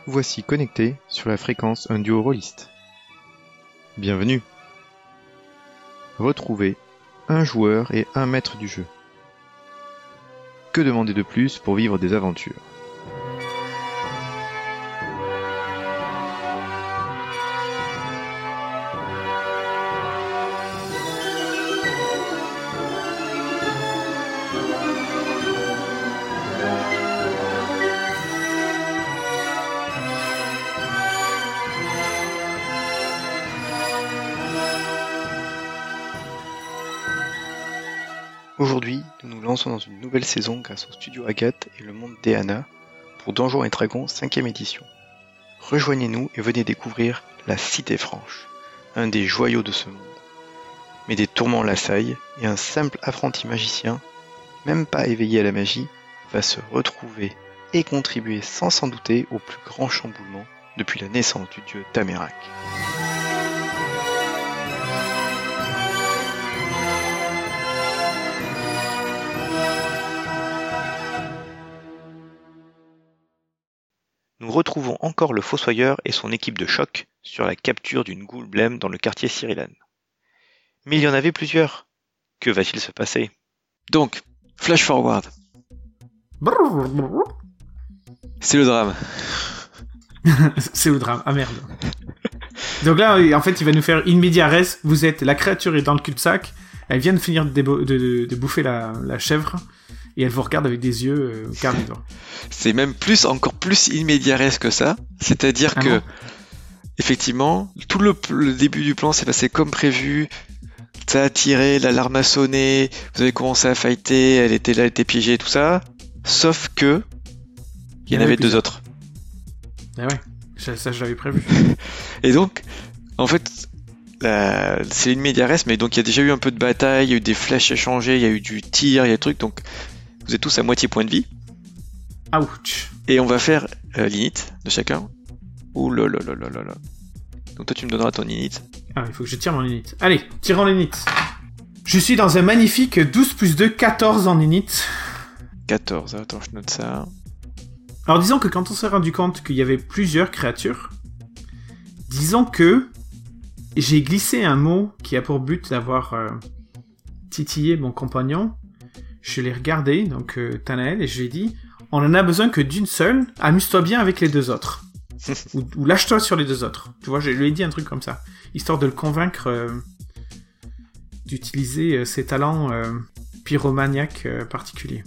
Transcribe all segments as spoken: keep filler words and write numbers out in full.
voici connecté sur la fréquence un duo rôliste. Bienvenue. Retrouvez un joueur et un maître du jeu. Que demander de plus pour vivre des aventures ? Aujourd'hui, nous nous lançons dans une nouvelle saison grâce au studio Agathe et le monde d'Eana pour Donjons et Dragons cinquième édition. Rejoignez-nous et venez découvrir la Cité Franche, un des joyaux de ce monde. Mais des tourments l'assaillent et un simple apprenti magicien, même pas éveillé à la magie, va se retrouver et contribuer sans s'en douter au plus grand chamboulement depuis la naissance du dieu Tamérak. Nous retrouvons encore le Fossoyeur et son équipe de choc sur la capture d'une goule blême dans le quartier Cyrilane. Mais il y en avait plusieurs. Que va-t-il se passer ? Donc, flash forward. C'est le drame. C'est le drame. Ah merde. Donc là, en fait, il va nous faire in media res. Vous êtes, la créature est dans le cul-de-sac. Elle vient de finir de, débo- de, de, de bouffer la, la chèvre. Et elle vous regarde avec des yeux euh, carnivores. C'est même plus, encore plus immédiaresque que ça. C'est-à-dire ah que, bon effectivement, tout le, le début du plan s'est passé comme prévu. Ça a tiré, l'alarme a sonné, vous avez commencé à fighter, elle était là, elle était piégée, tout ça. Sauf que, il y en avait deux autres. Ah ouais, ça, ça je l'avais prévu. Et donc, en fait, la, c'est une médiaresse, mais donc il y a déjà eu un peu de bataille, il y a eu des flèches échangées, il y a eu du tir, il y a des trucs, donc vous êtes tous à moitié point de vie. Ouch. Et on va faire euh, l'init de chacun. Ouh là là là là là là. Donc toi tu me donneras ton init. Ah, il faut que je tire mon init. Allez, tirons l'init. Je suis dans un magnifique douze plus deux, quatorze en init. quatorze, attends, je note ça. Alors disons que quand on s'est rendu compte qu'il y avait plusieurs créatures, disons que j'ai glissé un mot qui a pour but d'avoir euh, titillé mon compagnon. Je l'ai regardé, donc euh, Tanael, et je lui ai dit « On en a besoin que d'une seule, amuse-toi bien avec les deux autres. ou, ou lâche-toi sur les deux autres. » Tu vois, je lui ai dit un truc comme ça, histoire de le convaincre euh, d'utiliser euh, ses talents euh, pyromaniaques euh, particuliers.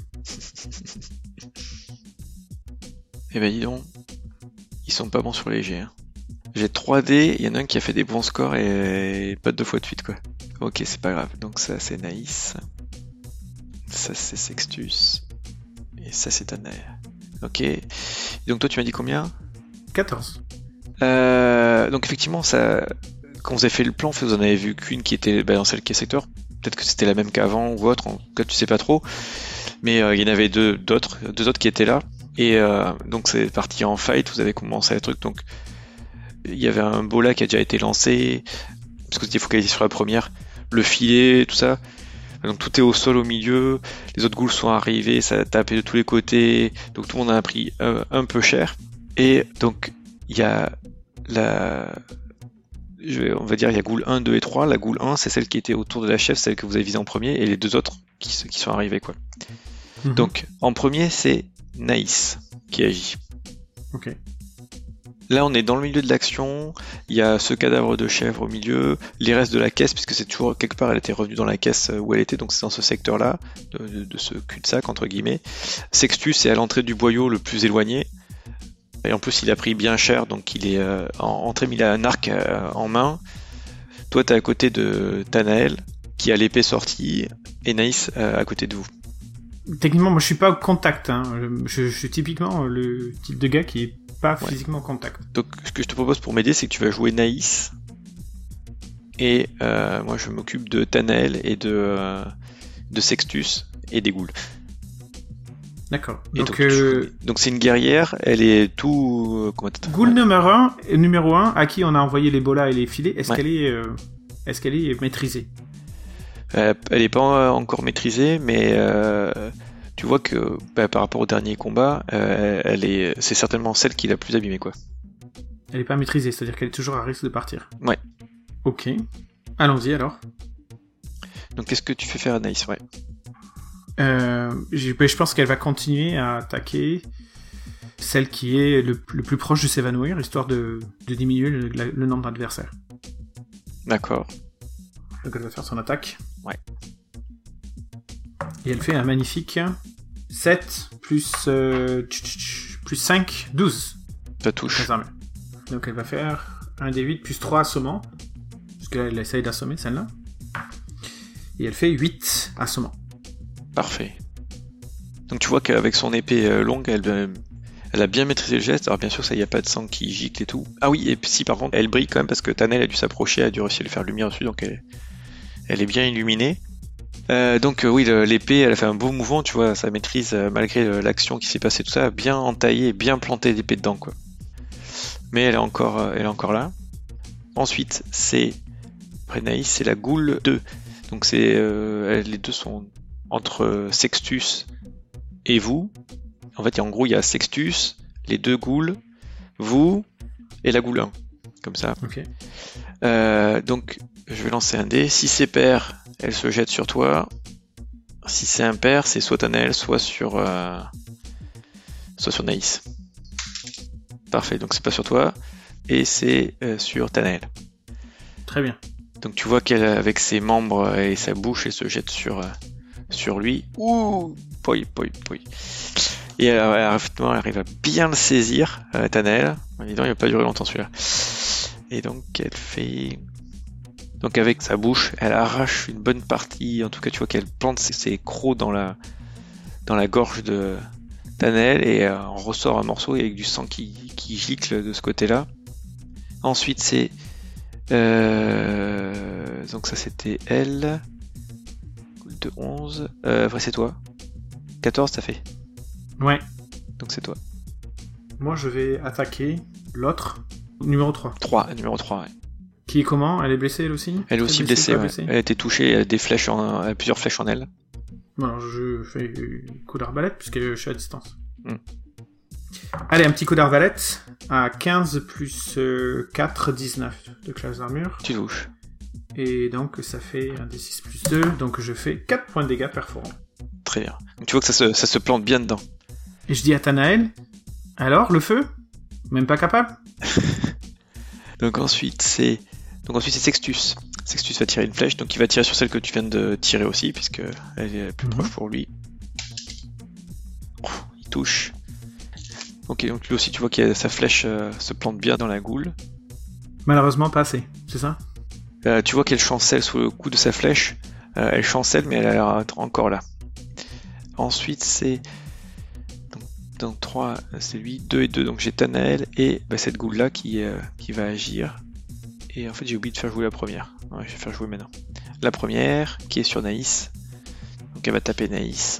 Eh ben dis donc, ils sont pas bons sur les jets. Hein. J'ai trois dés, il y en a un qui a fait des bons scores et pas deux fois de suite quoi. Ok, c'est pas grave, donc ça c'est Naïs. Ça c'est Sextus. Et ça c'est Tanael. Ok. Donc toi tu m'as dit combien ? quatorze. Euh, donc effectivement, ça, quand vous avez fait le plan, vous en avez vu qu'une qui était bah, dans celle qui est secteur. Peut-être que c'était la même qu'avant ou autre. En tout cas, tu sais pas trop. Mais euh, il y en avait deux d'autres, deux autres qui étaient là. Et euh, donc c'est parti en fight. Vous avez commencé à truc. Donc il y avait un bola qui a déjà été lancé parce que vous étiez focalisé sur la première. Le filet, tout ça. Donc tout est au sol au milieu, les autres ghouls sont arrivés, ça a tapé de tous les côtés, donc tout le monde a pris un, un peu cher. Et donc il y a la, je vais, on va dire il y a ghoul un, deux et trois. La ghoul un c'est celle qui était autour de la chef, celle que vous avez visée en premier, et les deux autres qui, qui sont arrivés quoi. Mm-hmm. Donc en premier c'est Naïs qui agit. Ok. Là, on est dans le milieu de l'action, il y a ce cadavre de chèvre au milieu, les restes de la caisse, puisque c'est toujours quelque part, elle était revenue dans la caisse où elle était, donc c'est dans ce secteur-là, de, de, de ce cul-de-sac, entre guillemets. Sextus est à l'entrée du boyau le plus éloigné, et en plus, il a pris bien cher, donc il est euh, en entrée, mais il a un arc euh, en main. Toi, t'es à côté de Tanael, qui a l'épée sortie, et Naïs euh, à côté de vous. Techniquement, moi, je suis pas au contact, hein. je, je suis typiquement le type de gars qui est pas ouais. physiquement en contact. Donc ce que je te propose pour m'aider, c'est que tu vas jouer Naïs et euh, moi je m'occupe de Tanael et de, euh, de Sextus et des ghouls. D'accord. Donc, donc, euh... donc c'est une guerrière, elle est tout... Comment Ghoul numéro un, numéro un, à qui on a envoyé les bolas et les filets, est-ce ouais. qu'elle est, euh, est-ce qu'elle est maîtrisée ? euh, Elle n'est pas encore maîtrisée, mais... Euh... tu vois que bah, par rapport au dernier combat, euh, elle est, c'est certainement celle qui l'a plus abîmée, quoi. Elle est pas maîtrisée, c'est-à-dire qu'elle est toujours à risque de partir. Ouais. Ok. Allons-y alors. Donc qu'est-ce que tu fais faire à Anaïs? Ouais. Euh, je, je pense qu'elle va continuer à attaquer celle qui est le, le plus proche de s'évanouir, histoire de, de diminuer le, le, le nombre d'adversaires. D'accord. Donc elle va faire son attaque. Ouais. Et elle fait un magnifique sept plus, euh, tch, tch, tch, plus cinq, douze. Ça touche. Donc elle va faire un D huit plus trois assommants. Parce qu'elle essaye d'assommer celle-là. Et elle fait huit assommants. Parfait. Donc tu vois qu'avec son épée euh, longue, elle, euh, elle a bien maîtrisé le geste. Alors bien sûr, ça y a pas de sang qui gicle et tout. Ah oui, et si par contre, elle brille quand même parce que Tanel a dû s'approcher, a dû réussir à lui faire lumière dessus, donc elle, elle est bien illuminée. Euh, donc euh, oui, le, l'épée, elle a fait un beau mouvement, tu vois, sa maîtrise, euh, malgré euh, l'action qui s'est passée, tout ça, bien entaillé, bien planté l'épée dedans, quoi. Mais elle est encore, euh, elle est encore là. Ensuite, c'est après Naïs, c'est la goule deux. Donc c'est, euh, les deux sont entre Sextus et vous. En fait, en gros, il y a Sextus, les deux goules, vous et la goule un. Comme ça. Ok. Euh, donc, je vais lancer un dé. Si c'est pair, elle se jette sur toi. Si c'est impair, c'est soit Tanel, soit sur, euh, soit sur Naïs. Parfait. Donc c'est pas sur toi et c'est euh, sur Tanel. Très bien. Donc tu vois qu'elle, avec ses membres et sa bouche, elle se jette sur, euh, sur lui. Ouh, poi, poi, poi. Et elle, elle, elle arrive à bien le saisir, euh, Tanel. Évidemment, il va pas durer longtemps celui-là. Et donc elle fait... Donc avec sa bouche, elle arrache une bonne partie. En tout cas, tu vois qu'elle plante ses, ses crocs dans la, dans la gorge de Tanel et euh, en ressort un morceau avec du sang qui, qui gicle de ce côté-là. Ensuite, c'est... Euh... Donc ça, c'était elle. De onze. Euh, après, c'est toi. quatorze, t'as fait. Ouais. Donc c'est toi. Moi, je vais attaquer l'autre. Numéro trois. trois, numéro trois, ouais. Qui est comment? Elle est blessée, elle aussi? Elle est aussi blessée, ouais. blessée Elle a été touchée, elle a des flèches en, elle a plusieurs flèches en elle. Bon, alors je fais un coup d'arbalète, puisque je suis à distance. Mm. Allez, un petit coup d'arbalète. À quinze plus euh, quatre, dix-neuf de classe d'armure. Tu touches. Et donc, ça fait un D six plus deux, donc je fais quatre points de dégâts perforants. Très bien. Donc tu vois que ça se, ça se plante bien dedans. Et je dis à Tanael, alors, le feu? Même pas capable? Donc ensuite, c'est... Donc ensuite c'est Sextus. Sextus va tirer une flèche, donc il va tirer sur celle que tu viens de tirer aussi, puisque elle est plus mmh. proche pour lui. Oh, il touche. Ok, donc lui aussi tu vois que sa flèche euh, se plante bien dans la goule. Malheureusement pas assez, c'est ça? euh, Tu vois qu'elle chancelle sous le coup de sa flèche. Euh, elle chancelle, mais elle a l'air d'être encore là. Ensuite c'est... Donc, donc trois, c'est lui, deux et deux, donc j'ai Tanael et bah, cette goule là qui, euh, qui va agir. Et en fait, j'ai oublié de faire jouer la première. Ouais, je vais faire jouer maintenant. La première, qui est sur Naïs. Donc elle va taper Naïs.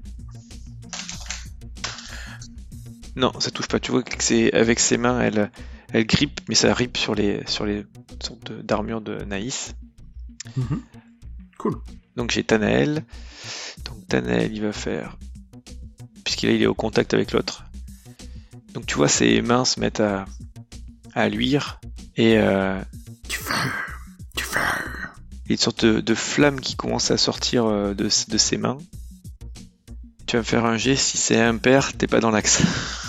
Non, ça touche pas. Tu vois que c'est avec ses mains, elle, elle grippe, mais ça rip sur les, sur les sortes d'armure de Naïs. Mm-hmm. Cool. Donc j'ai Tanael. Donc Tanael, il va faire... Puisqu'il il est au contact avec l'autre. Donc tu vois, ses mains se mettent à, à luire. Et... Euh, du feu, du feu. Il y a une sorte de, de flamme qui commence à sortir de, de ses mains. Tu vas me faire un jet, si c'est impair, t'es pas dans l'axe.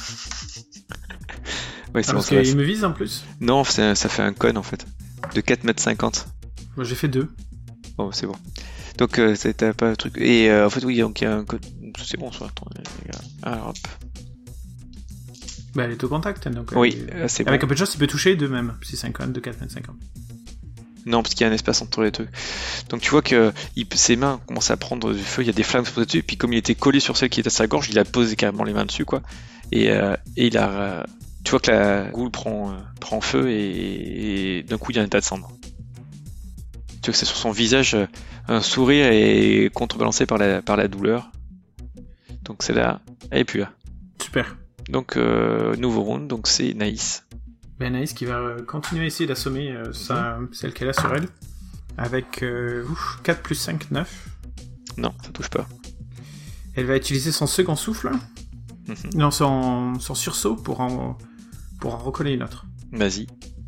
Ouais, ah, parce qu'il me vise en plus? Non, ça fait un con en fait. De quatre mètres cinquante. Moi j'ai fait deux. Bon, c'est bon. Donc euh, t'as pas le truc. Et euh, en fait, oui, donc il y a un code. C'est bon, ça. Attends, les gars. Alors hop. Bah, elle est au contact, donc. Oui, euh, c'est Avec bon. un peu de chance, il peut toucher deux même, si c'est un con de quatre mètres cinquante. Non, parce qu'il y a un espace entre les deux. Donc tu vois que il, ses mains commencent à prendre du feu, il y a des flammes qui se posent dessus, et puis comme il était collé sur celle qui était à sa gorge, il a posé carrément les mains dessus, quoi. Et, euh, et il a. Euh, tu vois que la goule prend, euh, prend feu, et, et d'un coup, il y a un tas de cendres. Tu vois que c'est sur son visage, euh, un sourire est contrebalancé par la, par la douleur. Donc c'est là, et puis là. Super. Donc, euh, nouveau round, donc c'est Naïs. Ben Naïs qui va continuer à essayer d'assommer euh, sa, celle qu'elle a sur elle. Avec euh, ouf, quatre plus cinq, neuf. Non, ça touche pas. Elle va utiliser son second souffle. Mhm. Non, son, son sursaut pour en, pour en recoller une autre. Vas-y.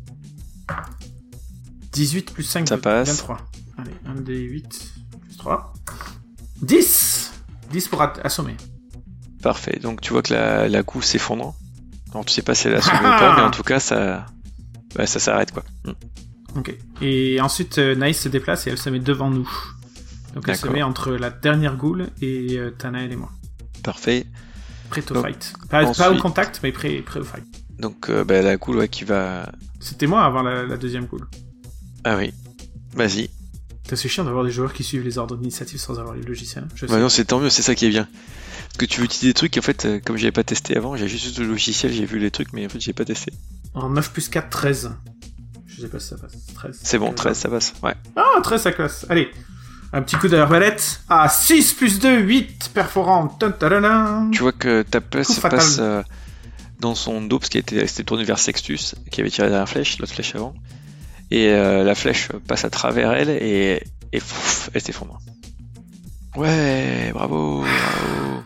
dix-huit plus cinq, Ça passe. vingt-trois. Allez, un d huit plus trois. dix dix pour at- assommer. Parfait. Donc tu vois que la, la goule s'effondre. Alors tu sais pas si elle a sauvé ou pas, mais en tout cas ça, bah, ça s'arrête quoi. Mm. Ok. Et ensuite, euh, Naïs se déplace et elle se met devant nous. Donc elle se D'accord. met entre la dernière goule et euh, Tanael et moi. Parfait. Prêt au Donc, fight. Pas, ensuite- pas au contact, mais prêt, prêt au fight. Donc euh, bah, la goule ouais, qui va. C'était moi avant la, la deuxième goule. Ah oui. Vas-y. Putain, c'est chiant d'avoir des joueurs qui suivent les ordres d'initiative sans avoir les logiciels. Je sais. Bah non, c'est tant mieux, c'est ça qui est bien. Parce que tu veux utiliser des trucs, en fait, euh, comme j'avais pas testé avant, j'ai juste le logiciel, j'ai vu les trucs, mais en fait, j'ai pas testé. En neuf plus quatre, treize. Je sais pas si ça passe. treize. C'est bon, Ok, treize, ça passe. Ouais. Ah, treize, ça classe. Allez. Un petit coup d'arbalète. Ah, six plus deux, huit. Perforant. Tum, tadadam. Tu vois que ta place Coup fatal. passe euh, dans son dos, parce qu'il était, s'était tourné vers Sextus, qui avait tiré la dernière flèche, l'autre flèche avant. Et euh, la flèche passe à travers elle, et, et pff, elle s'effondre. Ouais, bravo, bravo.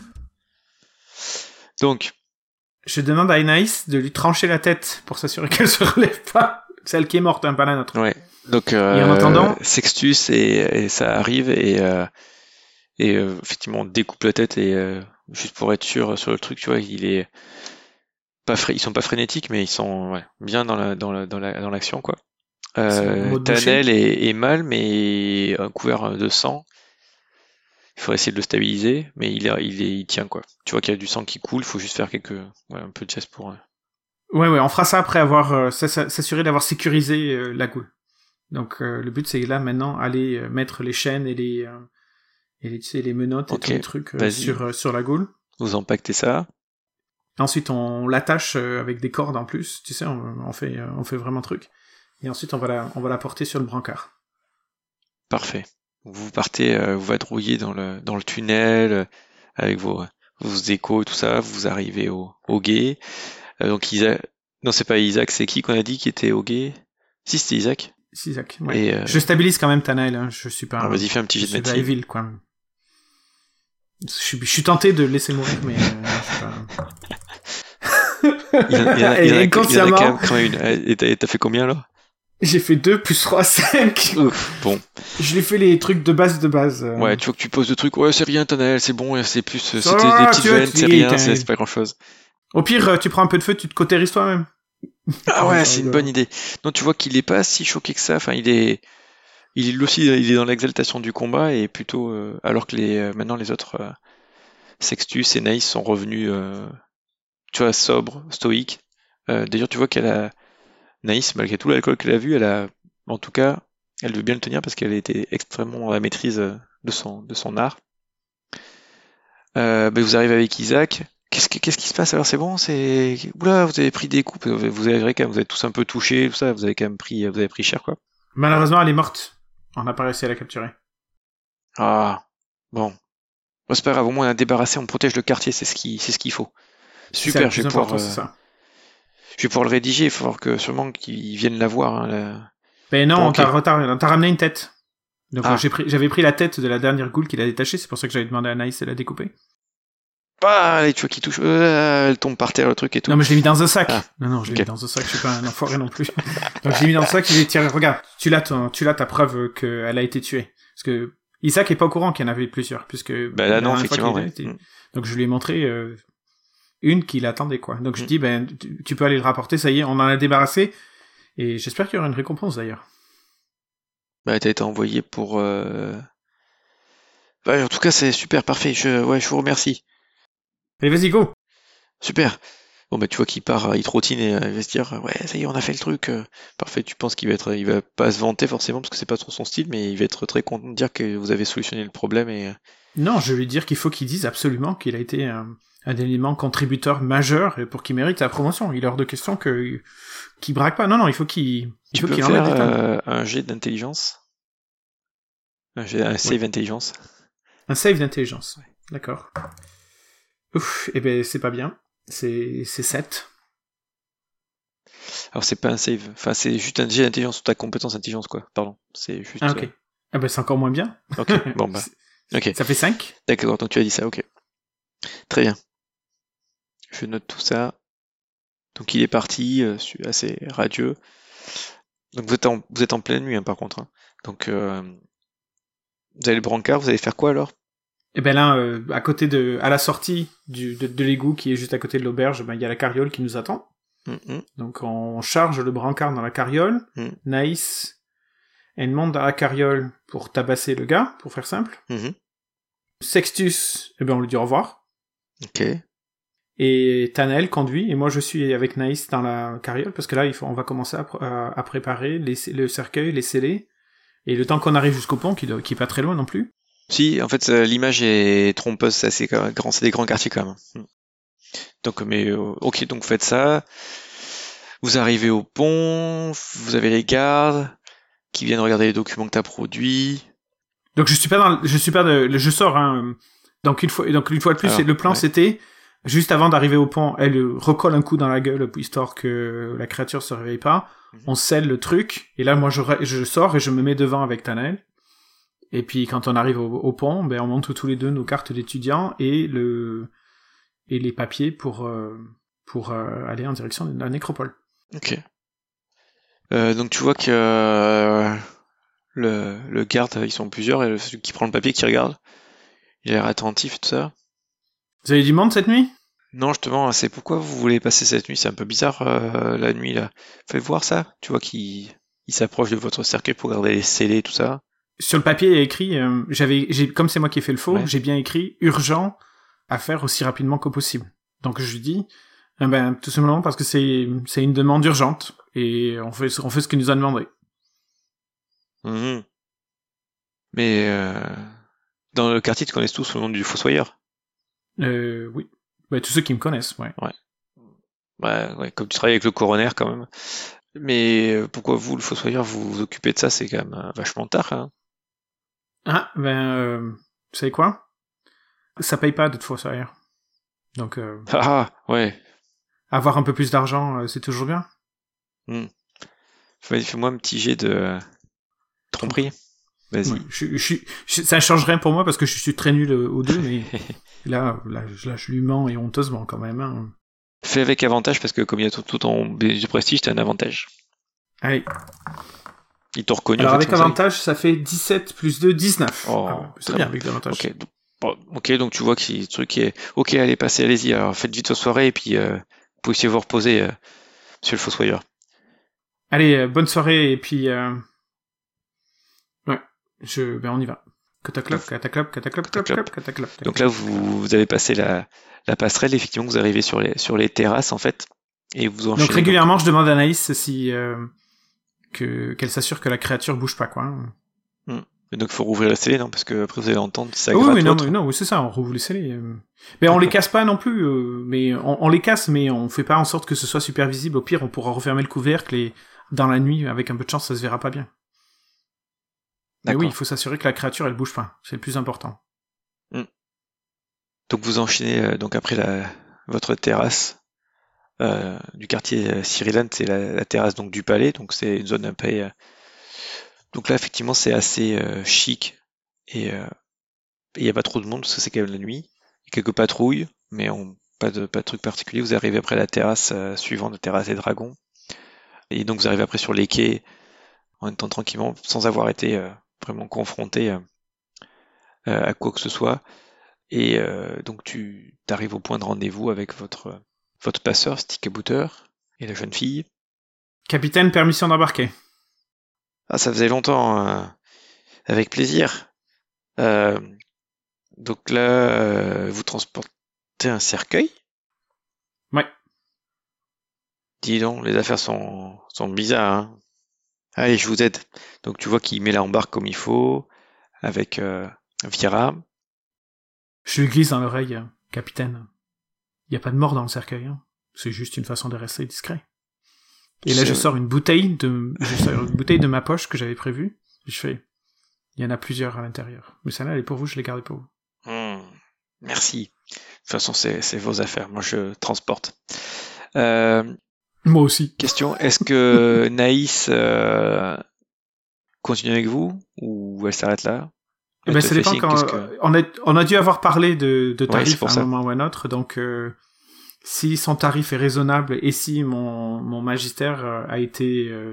Donc, Je demande à Anaïs de lui trancher la tête pour s'assurer qu'elle se relève pas. Celle qui est morte, hein, pas la nôtre. ouais. Donc, euh, Et en attendant- Sextus, et, et ça arrive, et, euh, et euh, effectivement, on découpe la tête, et euh, juste pour être sûr sur le truc, tu vois, il est pas frais, ils sont pas frénétiques, mais ils sont ouais, bien dans la dans la dans la dans l'action quoi. C'est en Euh, mode Tanel est, est mal, mais un couvert de sang. Il faudrait essayer de le stabiliser, mais il est, il est, il tient quoi. Tu vois qu'il y a du sang qui coule, il faut juste faire quelques, ouais, un peu de geste pour. euh, Ouais, ouais, on fera ça après avoir euh, s'ass- s'assurer d'avoir sécurisé euh, la goule. Donc euh, le but c'est là maintenant aller euh, mettre les chaînes et les euh, et les, tu sais, les menottes et Ok, tous les trucs euh, vas-y. sur euh, sur la goule. Vous empaquetez ça. Ensuite on l'attache euh, avec des cordes en plus. Tu sais, on, on fait euh, on fait vraiment truc. Et ensuite on va la on va la porter sur le brancard. Parfait. Vous partez, euh, vous vadrouillez dans le dans le tunnel euh, avec vos vos échos et tout ça. Vous arrivez au au guet. Euh, donc Isaac, non c'est pas Isaac, c'est qui qu'on a dit qui était au guet? Si c'était Isaac. C'est Isaac. Ouais. Et euh, Je stabilise quand même Tanael. Hein. Je suis pas. alors, vas-y fais un petit je jet de suis pas médecine. evil quoi. Je suis, je suis tenté de le laisser mourir, mais euh, je suis pas. Il en, il en a, il en a- Et il en a inconsciemment, quand même, quand même une. Et t'as, t'as fait combien là? j'ai fait deux plus trois, cinq. Ouf, bon. Je lui fais les trucs de base de base. euh. Ouais, tu vois que tu poses de trucs. Ouais, c'est rien, Tanael, c'est bon, c'est plus. Ça C'était va, des petites tu vois, veines, tu- c'est rien, t'as- c'est, c'est pas grand chose. Au pire, euh, tu prends un peu de feu, tu te cautérises toi-même. Ah ouais, ça c'est une rigole. bonne idée. Non, tu vois qu'il est pas si choqué que ça. Enfin, il est. Il est lui aussi, il est dans l'exaltation du combat et plutôt. euh, alors que les euh, maintenant les autres. euh, Sextus et Naïs sont revenus. euh, tu vois, sobres, stoïques. Euh, d'ailleurs, tu vois qu'elle a. Naïs, malgré tout l'alcool qu'elle a vu, elle a. En tout cas, elle veut bien le tenir parce qu'elle était extrêmement à la maîtrise euh, de son, de son art. Euh, ben, vous arrivez avec Isaac. Qu'est-ce, que- qu'est-ce qui se passe alors? C'est bon? C'est. Oula, vous avez pris des coups. Vous vous avez quand même, vous êtes tous un peu touchés, tout ça. Vous avez quand même pris, vous avez pris cher, quoi. Malheureusement, elle est morte. On n'a pas réussi à la capturer. Ah, bon. Bon, c'est pas grave, au moins on a débarrassé, on protège le quartier, c'est ce qui, c'est ce qu'il faut. C'est ça, Super, le je plus vais pouvoir, important, euh, c'est ça. je vais pouvoir le rédiger. Il faut falloir que sûrement qu'ils viennent la voir. Hein, la- Ben non, Bon, on ok. t'a retard- on t'a ramené une tête. Donc Ah. euh, j'ai pris, j'avais pris la tête de la dernière goule qu'il a détachée, c'est pour ça que j'avais demandé à Naïs de la découper. Ah, allez, tu vois qui touche, euh, elle tombe par terre le truc et tout. Non, mais je l'ai mis dans un sac. Ah, Non, non, je l'ai ok. mis dans un sac, je suis pas un enfoiré non plus. Donc je l'ai mis dans le sac, je lui ai dit, tiens, regarde, tu l'as, ton- tu l'as ta preuve qu'elle a été tuée. Parce que Isaac est pas au courant qu'il y en avait plusieurs, puisque... Bah là, la non, dernière fois effectivement, qu'il ouais. était- Mm. Donc je lui ai montré euh, une qui l'attendait, quoi. Donc je Mm. dis, ben, tu, tu peux aller le rapporter, ça y est, on en a débarrassé. Et j'espère qu'il y aura une récompense, d'ailleurs. Bah, t'as été envoyé pour. Euh... Bah, en tout cas, c'est super, parfait. Je, ouais, je vous remercie. Allez, vas-y, go. Super. Bon, bah, tu vois qu'il part, il trottine et euh, il va se dire, ouais, ça y est, on a fait le truc. euh, Parfait. Tu penses qu'il va être, il va pas se vanter forcément parce que c'est pas trop son style, mais il va être très content de dire que vous avez solutionné le problème et. euh, Non, je vais lui dire qu'il faut qu'il dise absolument qu'il a été un, un élément contributeur majeur et pour qu'il mérite sa promotion. Il est hors de question que qu'il braque pas. Non, non, il faut qu'il il Tu faut peux qu'il me enlève faire des tonnes. euh, un jet d'intelligence? Un, jet, un save intelligence? Un save d'intelligence. D'accord. Ouf, eh ben c'est pas bien. C'est c'est sept. Alors c'est pas un save, enfin c'est juste un jet d'intelligence ou ta compétence intelligence quoi, pardon. C'est juste. Ah ok. Ah ben c'est encore moins bien. euh, Ok, bon bah. Ok, Ça fait cinq. d'accord, donc tu as dit ça, ok. Très bien. Je note tout ça. Donc il est parti, euh, assez radieux. Donc vous êtes en, vous êtes en pleine nuit hein, par contre. Hein. Donc euh, vous avez le brancard, vous allez faire quoi alors? Et ben là, euh, à côté de, à la sortie du, de, de l'égout qui est juste à côté de l'auberge, ben il y a la carriole qui nous attend. Mm-hmm. Donc on charge le brancard dans la carriole. Mm. Naïs, elle monte dans la carriole pour tabasser le gars, pour faire simple. Mm-hmm. Sextus, eh ben on lui dit au revoir. Ok. Et Tanel conduit, et moi je suis avec Naïs dans la carriole, parce que là il faut, on va commencer à, à, à préparer les, le cercueil, les scellés, et le temps qu'on arrive jusqu'au pont, qui, doit, qui est pas très loin non plus. Si, en fait, l'image est trompeuse, c'est assez grand, c'est des grands quartiers quand même. Donc, mais ok, donc faites ça. Vous arrivez au pont, vous avez les gardes qui viennent regarder les documents que t'as produits. Donc je suis pas dans, je suis pas de, je sors. Hein, donc une fois, donc une fois de plus, Alors, le plan ouais. c'était juste avant d'arriver au pont, elle recolle un coup dans la gueule histoire que la créature se réveille pas. Mm-hmm. On scelle le truc et là moi je, je sors et je me mets devant avec Tanel. Et puis quand on arrive au, au pont, ben on montre tous les deux nos cartes d'étudiants et le et les papiers pour euh, pour euh, aller en direction de la nécropole. Ok. Euh, donc tu vois que euh, le le garde, ils sont plusieurs et celui qui prend le papier, qui regarde, il a l'air attentif et tout ça. Vous avez du monde cette nuit? Non, justement, c'est pourquoi vous voulez passer cette nuit. C'est un peu bizarre euh, la nuit là. Faites voir ça. Tu vois qu'il il s'approche de votre cercueil pour regarder les scellés, tout ça. Sur le papier, il y a écrit, euh, j'avais, j'ai, comme c'est moi qui ai fait le faux, Ouais. j'ai bien écrit urgent à faire aussi rapidement que possible. Donc je lui dis, eh ben tout simplement parce que c'est c'est une demande urgente et on fait on fait ce qu'il nous a demandé. Mmh. Mais euh, dans le quartier, tu connais tous le nom du fossoyeur. Euh, oui, bah, tous ceux qui me connaissent, ouais. Ouais. Ouais, ouais, comme tu travailles avec le coroner quand même. Mais pourquoi vous, le fossoyeur, vous vous occupez de ça? C'est quand même vachement tard. Hein. Ah, ben, euh, vous savez quoi? Ça paye pas d'être fossoyeur. Donc, euh, Ah, ouais. avoir un peu plus d'argent, euh, c'est toujours bien. Mmh. Fais-moi un petit jet de tromperie. Vas-y. Ouais, je, je, je, ça change rien pour moi parce que je suis très nul aux deux, mais là, là, là, je lui mens et honteusement quand même. Hein. Fais avec avantage parce que comme il y a tout, tout en du prestige, t'as un avantage. Allez. Ils t'ont reconnu. Alors en fait, avec avantage, ça fait dix-sept plus deux, dix-neuf. Oh, ah, c'est bien avec l'avantage. Ok, donc, bon, ok, donc tu vois que le truc est... Ok, allez, passez, allez-y. Alors faites vite votre soirée et puis euh, vous pouvez essayer de vous reposer, euh, monsieur le fossoyeur. Allez, euh, bonne soirée et puis... Euh... Ouais, je... ben on y va. Cataclop, cataclop, cataclop, cataclop, cataclop. Donc là, vous, vous avez passé la, la passerelle, effectivement, vous arrivez sur les, sur les terrasses, en fait, et vous enchaînez. Donc régulièrement, donc... je demande à Anaïs si... Euh, que, qu'elle s'assure que la créature bouge pas, quoi. Hum. Et donc il faut rouvrir la scellée, non? Parce que après vous allez entendre si ça oui, gratte mais non, autre. mais non, oui, c'est ça, on rouvre les scellés. Euh... Mais on les casse pas non plus, euh, mais on, on les casse, mais on fait pas en sorte que ce soit super visible. Au pire, on pourra refermer le couvercle et dans la nuit, avec un peu de chance, ça se verra pas bien. Mais oui, il faut s'assurer que la créature, elle bouge pas. C'est le plus important. Mmh. Donc vous enchaînez euh, donc après la, votre terrasse euh, du quartier euh, Cyrilane, c'est la, la terrasse donc du palais, donc c'est une zone un peu... Euh... Donc là, effectivement, c'est assez euh, chic et il euh, n'y a pas trop de monde parce que c'est quand même la nuit. Il y a quelques patrouilles, mais on, pas de pas de truc particulier. Vous arrivez après la terrasse euh, suivante, la terrasse des dragons. Et donc vous arrivez après sur les quais en étant tranquillement, sans avoir été... Euh, vraiment confronté euh, à quoi que ce soit, et euh, donc tu arrives au point de rendez-vous avec votre votre passeur, Stick Booter, et la jeune fille. Capitaine, permission d'embarquer. Ah, ça faisait longtemps, euh, avec plaisir. Euh, donc là, euh, vous transportez un cercueil? Ouais. Dis donc, les affaires sont, sont bizarres, hein. Allez, je vous aide. Donc tu vois qu'il met la embarque comme il faut, avec euh, Vira. Je lui glisse dans l'oreille, euh, capitaine. Il n'y a pas de mort dans le cercueil, hein. C'est juste une façon de rester discret. Et là, je sors une bouteille de, je sors une bouteille de ma poche que j'avais prévue. Je fais, il y en a plusieurs à l'intérieur. Mais celle-là, elle est pour vous, je l'ai gardée pour vous. Mmh, merci. De toute façon, c'est, c'est vos affaires. Moi, je transporte. Euh, Moi aussi. Question, est-ce que Naïs euh, continue avec vous ou elle s'arrête là? Eh ben, ça dépend signe, quand, que... on a, on a dû avoir parlé de, de tarifs ouais, à un ça. moment ou à un autre, donc, euh, si son tarif est raisonnable et si mon, mon magistère a été, euh,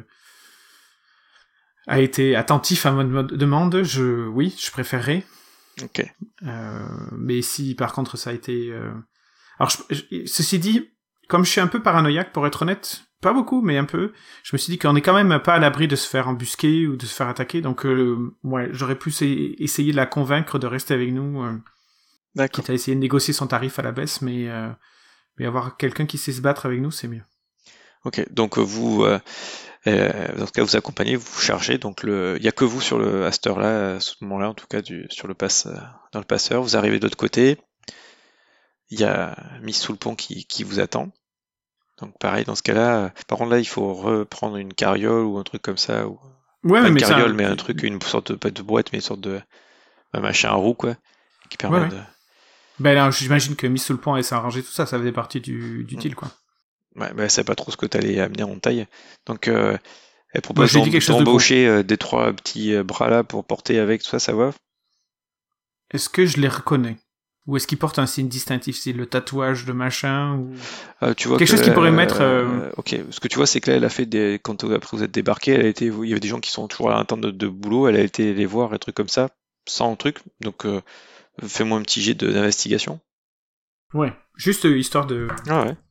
a été attentif à ma demande, je, oui, je préférerais. Ok. Euh, mais si, par contre, ça a été, euh... alors, je, je, ceci dit, comme je suis un peu paranoïaque, pour être honnête, pas beaucoup, mais un peu, je me suis dit qu'on est quand même pas à l'abri de se faire embusquer ou de se faire attaquer, donc, euh, ouais, j'aurais pu essayer de la convaincre de rester avec nous, euh, D'accord. quitte à essayer de négocier son tarif à la baisse, mais, euh, mais avoir quelqu'un qui sait se battre avec nous, c'est mieux. Ok, donc vous, euh, euh, dans ce cas, vous accompagnez, vous chargez, donc le, il y a que vous sur le, à cette heure-là, à ce moment-là, en tout cas, du, sur le pass, euh, dans le passeur, vous arrivez de l'autre côté, il y a Miss sous le pont qui, qui vous attend. Donc pareil, dans ce cas-là, euh, par contre là, il faut reprendre une carriole ou un truc comme ça, ou Ouais, pas une mais carriole, ça... mais un truc, une sorte de, pas de boîte, mais une sorte de un machin à roue, quoi, qui permet ouais, ouais. de... Ben là, j'imagine que Miss sous le pont, elle s'est arrangée, tout ça, ça faisait partie du, du deal, quoi. Ouais, bah, elle savait pas trop ce que t'allais amener en taille. Donc, euh, elle Moi, propose j'ai dit quelque chose de gros. d'embaucher euh, des trois petits euh, bras là pour porter avec, tout ça, ça va? Est-ce que je les reconnais? Ou est-ce qu'ils portent un signe distinctif, c'est le tatouage de machin ou... Euh, tu vois Quelque que, chose qui pourrait euh, mettre... euh, euh, ok, ce que tu vois, c'est que là, elle a fait des... Quand euh, après vous êtes débarqué, elle a été... il y avait des gens qui sont toujours à l'attente de, de boulot, elle a été les voir, et trucs comme ça, sans truc. Donc, euh, fais-moi un petit jet de- d'investigation. Ouais, juste euh, histoire de... Ah ouais.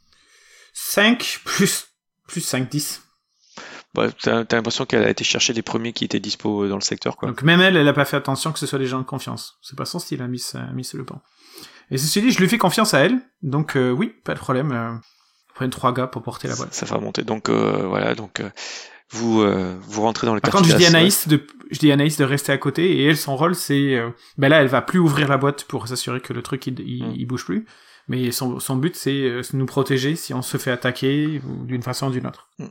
cinq plus, plus cinq, dix. Bah, t'as, t'as l'impression qu'elle a été chercher les premiers qui étaient dispo dans le secteur, quoi. Donc même elle, elle a pas fait attention que ce soit des gens de confiance. C'est pas son style, hein, Miss, euh, Miss Le Pen. Et ceci dit, je lui fais confiance à elle, donc euh, oui, pas de problème. Euh, prenne trois gars pour porter la boîte. Ça, ça va monter. Donc, euh, voilà, donc... Euh, vous, euh, vous rentrez dans le Par quartier contre, je dis à d'As- Anaïs de, je dis à Anaïs de rester à côté, et elle, son rôle, c'est, euh, ben là, elle va plus ouvrir la boîte pour s'assurer que le truc, il, il, Mm. il bouge plus. Mais son, son but, c'est euh, nous protéger si on se fait attaquer, ou d'une façon ou d'une autre. Mm.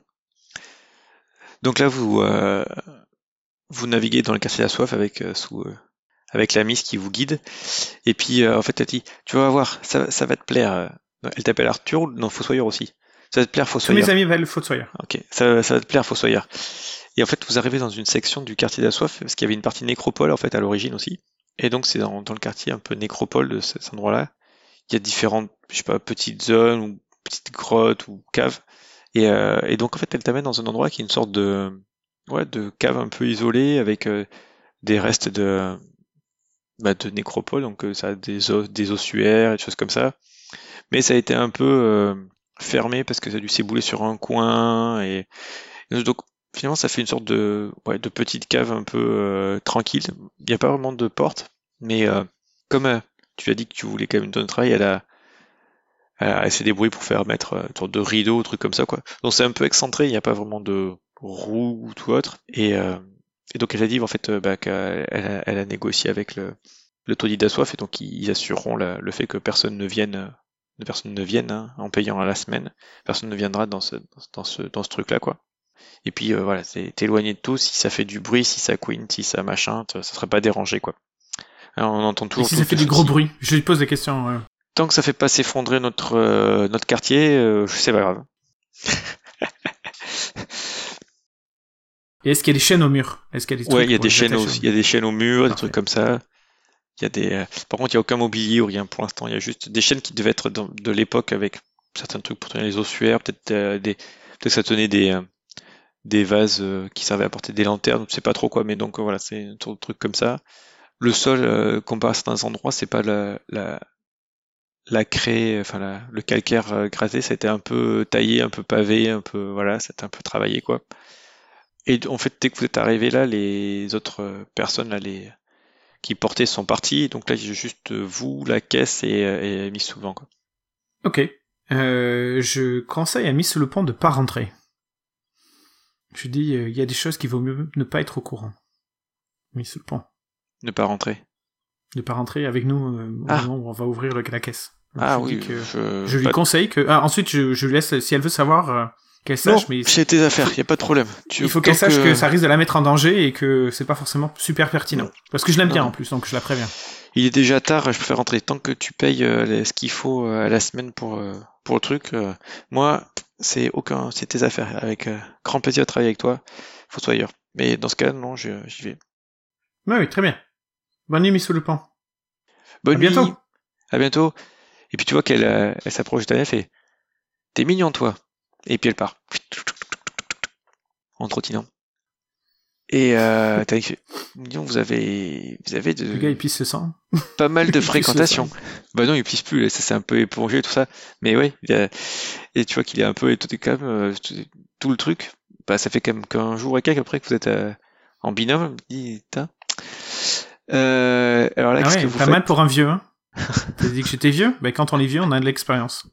Donc là, vous, euh, vous naviguez dans le quartier de la soif avec, euh, sous, euh, avec la Miss qui vous guide. Et puis, euh, en fait, elle dit, tu vas voir, ça, ça va te plaire. euh. Elle t'appelle Arthur ou non, Fossoyeur aussi. Ça va te plaire, Tous Fossoyeur. mes amis veulent le Fossoyeur. Ok, ça, ça va te plaire, Fossoyeur. Et en fait, vous arrivez dans une section du quartier de la soif, parce qu'il y avait une partie nécropole, en fait, à l'origine aussi. Et donc, c'est dans, dans le quartier un peu nécropole de cet endroit-là. Il y a différentes, je sais pas, petites zones, ou petites grottes, ou caves. Et, euh, et donc, en fait, elle t'amène dans un endroit qui est une sorte de, ouais, de cave un peu isolée, avec euh, des restes de, bah, de nécropole, donc euh, ça a des, os, des ossuaires et des choses comme ça. Mais ça a été un peu euh, fermé parce que ça a dû s'ébouler sur un coin. Et, et donc, finalement, ça fait une sorte de, ouais, de petite cave un peu euh, tranquille. Il n'y a pas vraiment de porte, mais euh, comme euh, tu as dit que tu voulais quand même une tonne de travail, elle a, elle a s'est débrouillée pour faire mettre euh, une sorte de rideau, truc comme ça, quoi. Donc c'est un peu excentré, il n'y a pas vraiment de roue ou tout autre. Et, euh, et donc elle a dit en fait euh, bah, qu'elle a, elle a négocié avec le, le taudis d'Assoif et donc ils assureront la- le fait que personne ne vienne, euh, personne ne vienne hein, en payant à la semaine. Personne ne viendra dans ce, dans ce, dans ce truc-là, quoi. Et puis euh, voilà, c'est t'éloigner de tout. Si ça fait du bruit, si ça couine, si ça machin, ça serait pas dérangé, quoi. Alors, on entend Et toujours. si ça tout fait le du gros souci. bruit, je lui pose des questions. euh. Tant que ça fait pas s'effondrer notre euh, notre quartier, euh, c'est pas grave. Et est-ce qu'il y a des chaînes au mur? Est-ce qu'il y a des Ouais, trucs il y a pour des les chaînes, attacher aussi, au il y a des chaînes au mur, des Parfait. trucs comme ça. Il y a des. euh, Par contre, il y a aucun mobilier ou rien pour l'instant. Il y a juste des chaînes qui devaient être dans- de l'époque avec certains trucs pour tenir les ossuaires, peut-être euh, des, peut-être que ça tenait des euh, des vases euh, qui servaient à porter des lanternes, je sais pas trop quoi. Mais donc euh, voilà, c'est un sorte de truc comme ça. Le sol, euh, comparé à certains endroits, c'est pas la la la craie, enfin la, le calcaire euh, gratté, ça a été un peu taillé, un peu pavé, un peu voilà, c'était un peu travaillé quoi. Et en fait, dès que vous êtes arrivé là, les autres euh, personnes là, les qui portaient sont partis. Donc là, il y a juste euh, vous, la caisse et, euh, et Miss Souvent quoi. Ok. Euh, je conseille à Miss Le Pont de pas rentrer. Je dis, il euh, y a des choses qu'il vaut mieux ne pas être au courant. Miss Le Pont. Ne pas rentrer. De pas rentrer avec nous euh, au Ah. moment où on va ouvrir le, la caisse. Donc, Ah je oui, dis que je, je lui pas- conseille que... Ah, ensuite, je, je lui laisse, si elle veut savoir, euh, qu'elle Non, sache, mais c'est tes affaires, y a pas de problème. Tu, il faut qu'elle tant sache que... ça risque de la mettre en danger et que c'est pas forcément super pertinent. Non. Parce que je l'aime Non, bien non. en plus, donc je la préviens. Il est déjà tard, je préfère rentrer. Tant que tu payes euh, les- ce qu'il faut euh, à la semaine pour, euh, pour le truc, euh, moi, c'est aucun, c'est tes affaires. Avec euh, grand plaisir de travailler avec toi, faut soit ailleurs. Mais dans ce cas, non, je- j'y vais. Oui, oui, très bien. Bonne nuit, Miss Lupin. Bonne À nuit. bientôt. À bientôt. Et puis tu vois qu'elle euh, elle s'approche d'Anna et fait t'es mignon toi. Et puis elle part. En trottinant. Et euh, t'as dit, mignon, vous avez vous avez Le gars, il de pisse le sang. pas mal de Il pisse le fréquentation. sang. Bah non, il pisse plus, là, ça c'est un peu épongé tout ça. Mais ouais, il a- et tu vois qu'il est un peu étonné quand même euh, tout tout le truc. Bah ça fait quand même qu'un jour et quelques après que vous êtes euh, en binôme. Il dit, Tain. Euh, alors là, Ah qu'est-ce ouais, que vous pas faites? mal pour un vieux, hein. T'as dit que j'étais vieux? Ben, quand on est vieux, on a de l'expérience.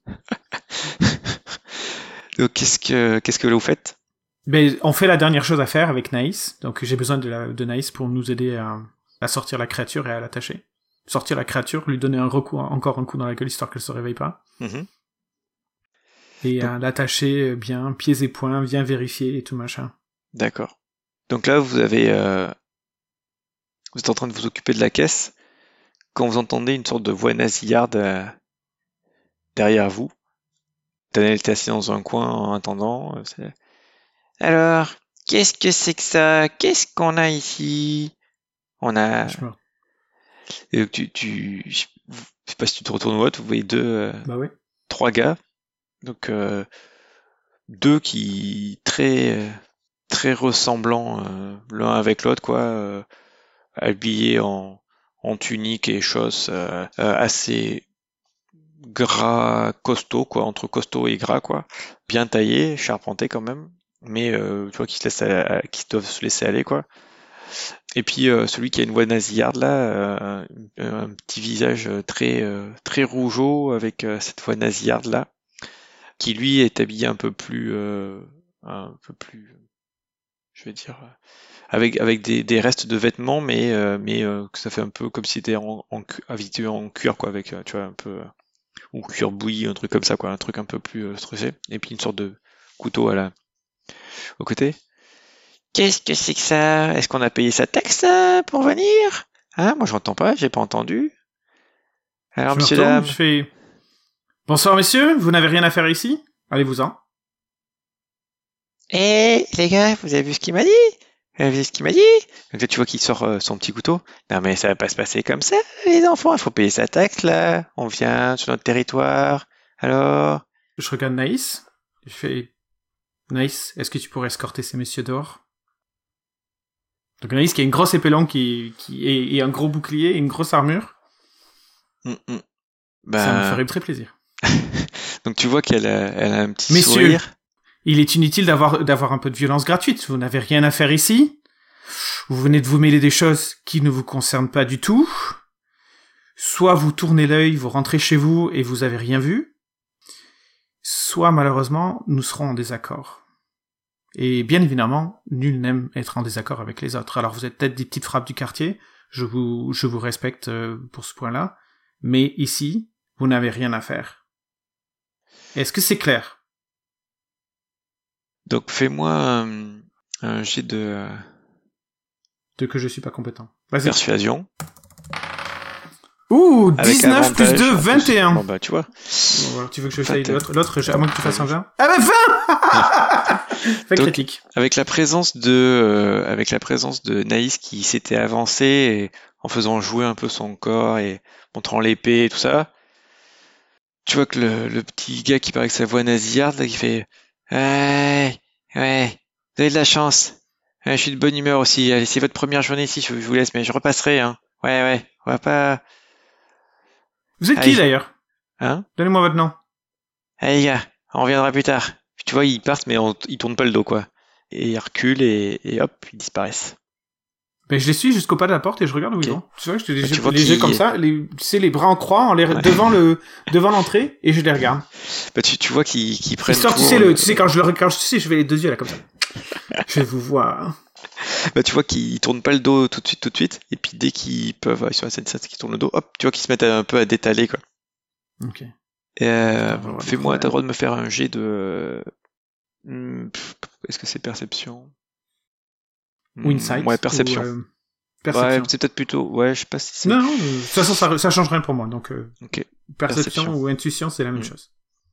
Donc qu'est-ce que qu'est-ce que là vous faites? Ben, on fait la dernière chose à faire avec Naïs. Donc, j'ai besoin de, la, de Naïs pour nous aider à, à sortir la créature et à l'attacher. Sortir la créature, lui donner un recoup, encore un coup dans la gueule, histoire qu'elle se réveille pas. Mhm. Et Donc- à l'attacher bien, pieds et poings, bien vérifier et tout machin. D'accord. Donc là, vous avez, euh, vous êtes en train de vous occuper de la caisse quand vous entendez une sorte de voix nasillarde euh, derrière vous. Daniel était assis dans un coin en attendant. euh, c'est- Alors, qu'est-ce que c'est que ça? Qu'est-ce qu'on a ici? On a. Je me... Et donc, tu, tu, je sais pas si tu te retournes ou autre. Vous voyez deux, euh, Bah oui. trois gars. Donc euh, deux qui très, euh, très ressemblants euh, l'un avec l'autre, quoi. euh, habillés en, en tunique et chausses euh, euh, assez gras, costaud, quoi, entre costaud et gras, quoi. Bien taillés, charpentés quand même, mais euh, tu vois qui se laissent aller- qui doivent se laisser aller, quoi. Et puis euh, celui qui a une voix nasillarde là, euh, un, un petit visage très euh, très rougeau avec euh, cette voix nasillarde là, qui lui est habillé un peu plus euh, un peu plus, je vais dire, euh, avec avec des, des restes de vêtements, mais euh, mais euh, que ça fait un peu comme si c'était en, en cu- habitué en cuir, quoi, avec euh, tu vois un peu euh, ou cuir bouilli, un truc comme ça, quoi, un truc un peu plus euh, stressé, et puis une sorte de couteau à la au côté. Qu'est-ce que c'est que ça? Est-ce qu'on a payé sa taxe euh, pour venir? Hein, moi j'entends pas, j'ai pas entendu. Alors Je me monsieur retourne, dame, je fais... Bonsoir, messieurs, vous n'avez rien à faire ici? Allez-vous-en. eh les gars, vous avez vu ce qu'il m'a dit? Vous avez vu ce qu'il m'a dit? Donc là tu vois qu'il sort euh, son petit couteau. Non mais ça va pas se passer comme ça, les enfants, il faut payer sa taxe là. On vient sur notre territoire. Alors? Je regarde Naïs. Je fais... Naïs, est-ce que tu pourrais escorter ces messieurs dehors? Donc Naïs qui a une grosse épée longue qui, qui, et, et un gros bouclier et une grosse armure. Hum, hum. Ça me Bah, ferait très plaisir. donc tu vois qu'elle a, elle a un petit Messieurs, sourire. il est inutile d'avoir, d'avoir un peu de violence gratuite. Vous n'avez rien à faire ici. Vous venez de vous mêler des choses qui ne vous concernent pas du tout. Soit vous tournez l'œil, vous rentrez chez vous et vous avez rien vu. Soit, malheureusement, nous serons en désaccord. Et bien évidemment, nul n'aime être en désaccord avec les autres. Alors vous êtes peut-être des petites frappes du quartier, je vous, je vous respecte euh, pour ce point-là, mais ici, vous n'avez rien à faire. Est-ce que c'est clair? Donc fais-moi un, un jet de euh, De que je suis pas compétent. Vas-y. persuasion. Ouh, Avec dix-neuf plus avantage, deux, en plus. vingt et un. Bon bah tu vois. Bon, alors, tu veux que je Enfin, fasse t'as- l'autre, l'autre, à moins que tu fasses un vingt? Ah bah vingt! Fait Donc, critique. Avec la présence de, euh, avec la présence de Naïs qui s'était avancé et en faisant jouer un peu son corps et montrant l'épée et tout ça, tu vois que le, le petit gars qui paraît que sa voix nasillarde là, qui fait ouais, ouais, vous avez de la chance. Ouais, je suis de bonne humeur aussi. Allez, c'est votre première journée ici, je, je vous laisse, mais je repasserai. Hein. Ouais, ouais, on va pas. Vous êtes Allez. qui d'ailleurs? Hein? Donnez-moi votre nom. Allez les gars, on reviendra plus tard. Puis, tu vois, ils partent, mais on, ils tournent pas le dos, quoi. Et ils reculent et, et hop, ils disparaissent. Ben, je les suis jusqu'au pas de la porte et je regarde où Ok. ils vont. Tu vois, je te les Bah, tu jets vois les jets qu'ils- comme ça, les, tu sais, les bras en croix, en les, Ouais. devant le, devant l'entrée, et je les regarde. Bah, tu, tu vois qu'ils, qu'ils prennent. Histoire, tu pour, sais, le, euh, tu sais, quand je le regarde, tu sais, je fais les deux yeux là, comme ça. Je vais vous voir. Bah, tu vois qu'ils tournent pas le dos tout de suite, tout de suite. Et puis dès qu'ils peuvent, ils sont assez nécessaires qu'ils tournent le dos, hop, tu vois qu'ils se mettent un peu à détaler, quoi. Ok. Et, euh, Putain, on va avoir des fais-moi, t'as problèmes. le droit de me faire un jet de. Hmm, pff, Est-ce que c'est perception? Ou insight. Ouais, perception. Ou, euh, Ouais, perception. c'est peut-être plutôt. Ouais, je sais pas si c'est. Non, non, euh, de toute façon, ça, ça change rien pour moi, donc, euh, Ok. perception, Perception. ou intuition, c'est la même Mm. chose.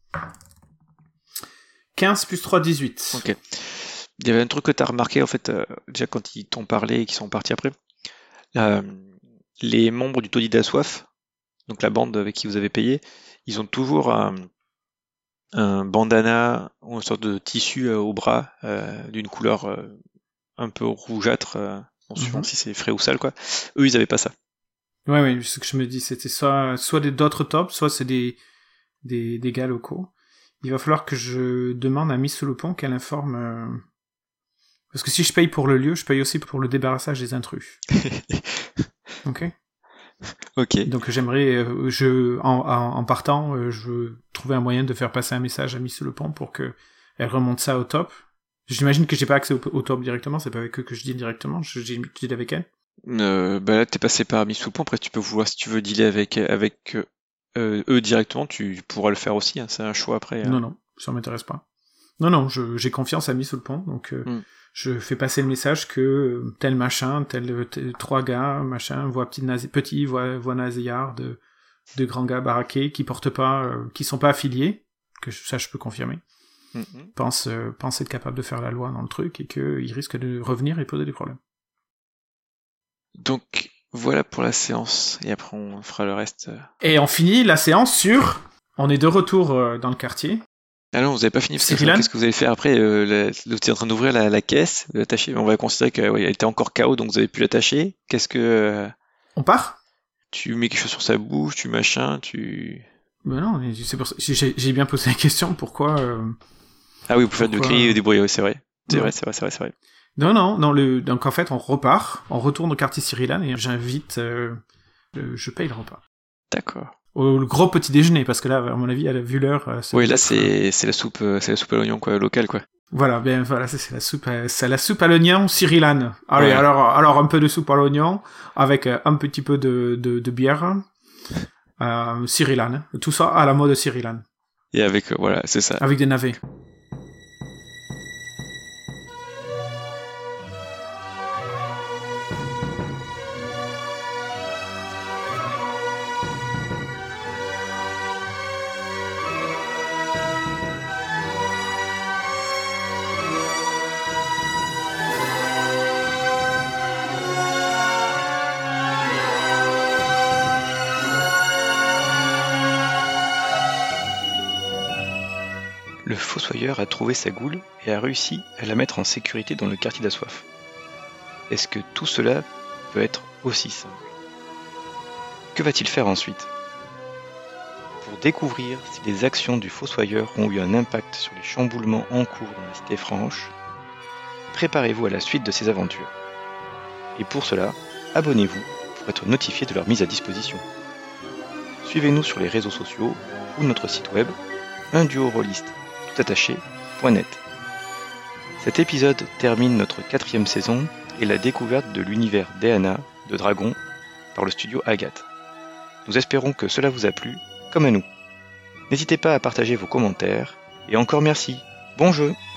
quinze plus trois, dix-huit. Ok. Il y avait un truc que tu as remarqué, en fait, euh, déjà quand ils t'ont parlé et qu'ils sont partis après. Euh, les membres du Taudis de la Soif, donc la bande avec qui vous avez payé, ils ont toujours un, un bandana ou une sorte de tissu euh, au bras euh, d'une couleur euh, un peu rougeâtre, euh, en suivant Mhm. si c'est frais ou sale, quoi. Eux, ils avaient pas ça. Ouais, ouais, ce que je me dis, c'était soit, soit des- d'autres tops, soit c'est des, des, des gars locaux. Il va falloir que je demande à Miss Sous le Pont qu'elle informe... euh, Parce que si je paye pour le lieu, je paye aussi pour le débarrassage des intrus. Ok. Ok. Donc j'aimerais, euh, je, en, en, en partant, euh, je veux trouver un moyen de faire passer un message à Miss Sous le Pont pour que elle remonte ça au top. J'imagine que j'ai pas accès au, au top directement, c'est pas avec eux que je deal directement, je, je deal avec elle. Euh, bah là, t'es passé par Miss Soupon. Après, tu peux vouloir, si tu veux dealer avec, avec euh, eux directement, tu pourras le faire aussi. Hein. C'est un choix après. Non, hein. non, ça m'intéresse pas. Non, non, je, j'ai confiance à Miss Sous le Pont, donc euh, Mm. je fais passer le message que euh, tel machin, tel, tel trois gars, machin, voix petit, nazi, petit voix, voix nasillard, de, de grands gars baraqués qui portent pas, euh, qui sont pas affiliés, que je- ça je peux confirmer, Mm, pensent, euh, pensent être capables de faire la loi dans le truc et qu'ils risquent de revenir et poser des problèmes. Donc, voilà pour la séance. Et après, on fera le reste. Et on finit la séance sur... On est de retour euh, dans le quartier. Ah non, vous avez pas fini. Parce que Cyrilan qu'est-ce que vous allez faire après euh, la- Vous êtes en train d'ouvrir la, la caisse, de l'attacher. On va considérer qu'elle ouais, elle était encore K O, donc vous avez pu l'attacher. Qu'est-ce que euh, On part? tu mets quelque chose sur sa bouche, tu machin, tu. Ben non, c'est pour ça... j'ai, j'ai bien posé la question, pourquoi... euh, Ah oui, vous pouvez faire de Pourquoi cris et des bruits. Ouais, c'est vrai. C'est Ouais. vrai, c'est vrai, c'est vrai, c'est vrai. Non, non, non, le... donc en fait on repart, on retourne au quartier Cyrilan et j'invite... euh, le- Je paye le repas. D'accord. Au le gros petit déjeuner, parce que là, à mon avis, elle a vu l'heure... euh, ça Oui, doit là être, euh, c'est c'est la soupe, euh, c'est la soupe à l'oignon quoi, locale quoi. Voilà, ben voilà, ça, c'est la soupe, à... c'est la soupe à l'oignon Cyrilan. Allez, Ouais. alors, alors un peu de soupe à l'oignon, avec euh, un petit peu de, de, de bière, euh, Cyrilan. Tout ça à la mode Cyrilan, Et avec euh, voilà, c'est ça. avec des navets. Le fossoyeur a trouvé sa goule et a réussi à la mettre en sécurité dans le quartier d'Assoif. Est-ce que tout cela peut être aussi simple? Que va-t-il faire ensuite? Pour découvrir si les actions du fossoyeur ont eu un impact sur les chamboulements en cours dans la Cité Franche, préparez-vous à la suite de ces aventures. Et pour cela, abonnez-vous pour être notifié de leur mise à disposition. Suivez-nous sur les réseaux sociaux ou notre site web un duo rôliste tout attaché point net. Cet épisode termine notre quatrième saison et la découverte de l'univers d'Eana de Dragon par le studio Agathe. Nous espérons que cela vous a plu, comme à nous. N'hésitez pas à partager vos commentaires, et encore merci. Bon jeu!